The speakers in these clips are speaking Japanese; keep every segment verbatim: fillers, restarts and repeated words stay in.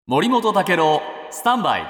森本武郎スタンバイ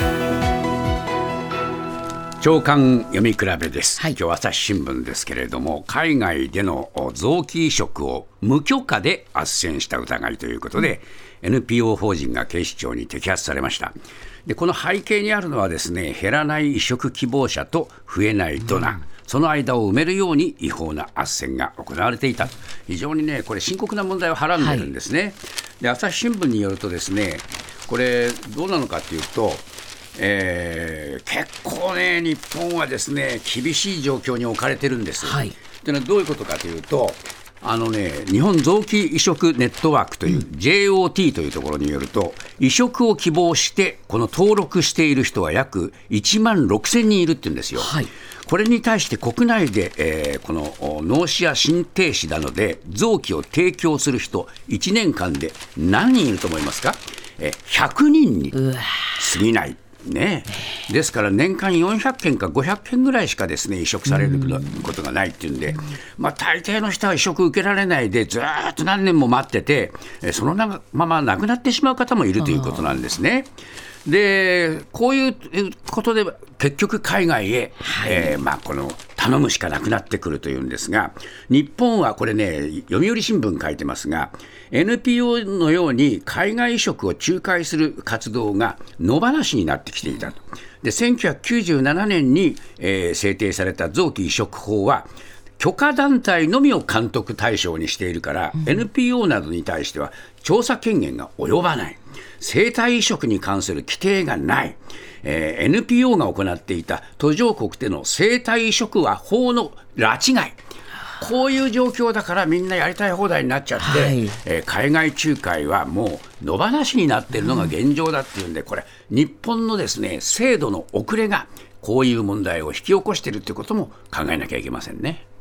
朝刊読み比べです、 はい、 今日朝日新聞ですけれども、海外での臓器移植を無許可で斡旋した疑いということで、うん、エヌピーオー 法人が警視庁に摘発されました。でこの背景にあるのはですね、減らない移植希望者と増えないドナー、うん、その間を埋めるように違法な斡旋が行われていた。非常にね、これ深刻な問題をはらんでるんですね、はい、で朝日新聞によるとですね、これどうなのかというと、えー、結構ね日本はですね厳しい状況に置かれてるんです、はい、というのはどういうことかというと、あのね、日本臓器移植ネットワークという、うん、ジェイオーティー というところによると、移植を希望してこの登録している人は約いちまんろくせんにんいるって言うんですよ、はい、これに対して国内で、えー、この脳死や心停止などで臓器を提供する人いちねんかんで何人いると思いますか？えひゃくにんに過ぎないね、ですから年間よんひゃっけんかごひゃっけんぐらいしかですね移植されることがないっていうんで、まあ、大抵の人は移植受けられないでずっと何年も待ってて、そのまま亡くなってしまう方もいるということなんですね。でこういうことで結局海外へ、はい、えーまあ、この頼むしかなくなってくるというんですが、日本はこれね、読売新聞書いてますが、 エヌピーオー のように海外移植を仲介する活動が野放しになってきていたと。でせんきゅうひゃくきゅうじゅうななねんに、えー、制定された臓器移植法は許可団体のみを監督対象にしているから、うん、エヌピーオー などに対しては調査権限が及ばない、生体移植に関する規定がない、えー、エヌピーオー が行っていた途上国での生体移植は法の拉致外、こういう状況だからみんなやりたい放題になっちゃって、はい、えー、海外仲介はもう野放しになっているのが現状だっていうんで、これ日本のですね制度の遅れがこういう問題を引き起こしているということも考えなきゃいけませんね。